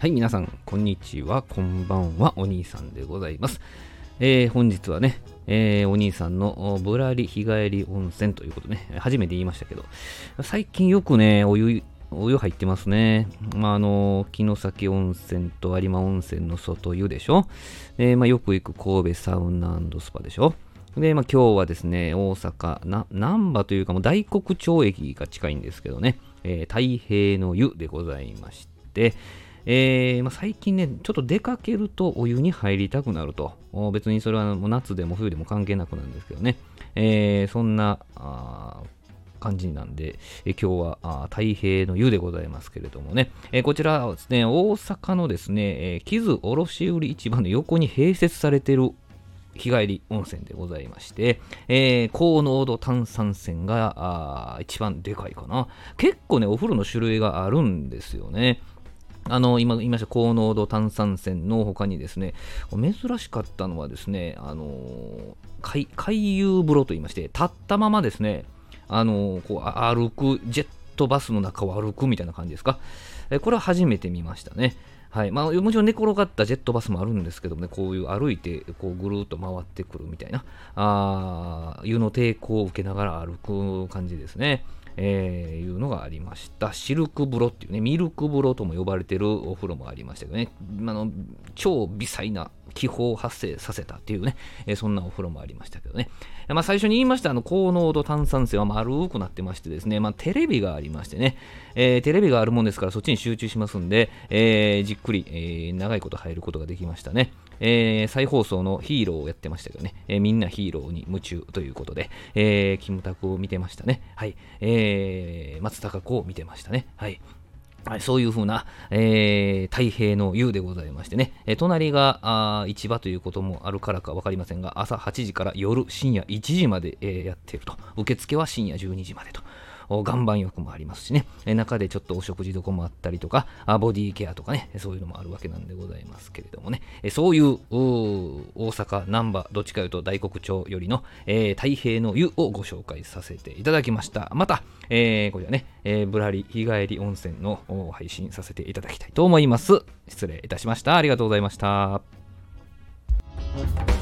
はい、皆さん、こんにちは、こんばんは、お兄さんでございます。本日はね、お兄さんのぶらり日帰り温泉ということね、初めて言いましたけど、最近よくね、お湯入ってますね。城崎温泉と有馬温泉の外湯でしょ。よく行く神戸サウナ&スパでしょ。で、今日はですね、大阪、難波というかもう大黒町駅が近いんですけどね、太平の湯でございまして、最近ね、ちょっと出かけるとお湯に入りたくなると。別にそれはもう夏でも冬でも関係なくなんですけどね。そんな感じなんで、今日は太平の湯でございますけれどもね。こちらはですね、大阪のですね、木津卸売市場の横に併設されている日帰り温泉でございまして、高濃度炭酸泉が一番でかいかな。結構ね、お風呂の種類があるんですよね。今言いました高濃度炭酸泉の他にですね、珍しかったのはですね、海遊風呂と言いまして、立ったままですね、こう歩く、ジェットバスの中を歩くみたいな感じですか。これは初めて見ましたね。はい。もちろん寝転がったジェットバスもあるんですけどもね、こういう歩いて、こうぐるーっと回ってくるみたいな、湯の抵抗を受けながら歩く感じですね。いうのがありました。シルク風呂っていうね、ミルク風呂とも呼ばれてるお風呂もありましたけどね、超微細な気泡を発生させたっていうね、そんなお風呂もありましたけどね。最初に言いました高濃度炭酸泉は丸くなってましてですね、テレビがありましてね、テレビがあるもんですからそっちに集中しますんで、じっくり、長いこと入ることができましたね。再放送のヒーローをやってましたけどね、みんなヒーローに夢中ということで、キムタクを見てましたね。はい。松たか子を見てましたね。はい。はい、そういう風な、太平の湯でございましてね、隣が市場ということもあるからか分かりませんが、朝8時から深夜1時まで、やっていると。受付は深夜12時までと。岩盤浴もありますしね、中でちょっとお食事床もあったりとか、ボディケアとかね、そういうのもあるわけなんでございますけれどもね、そういう大阪、難波、どっちかというと大黒町よりの、太平の湯をご紹介させていただきました。また、こちらね、ぶらり日帰り温泉の配信させていただきたいと思います。失礼いたしました。ありがとうございました。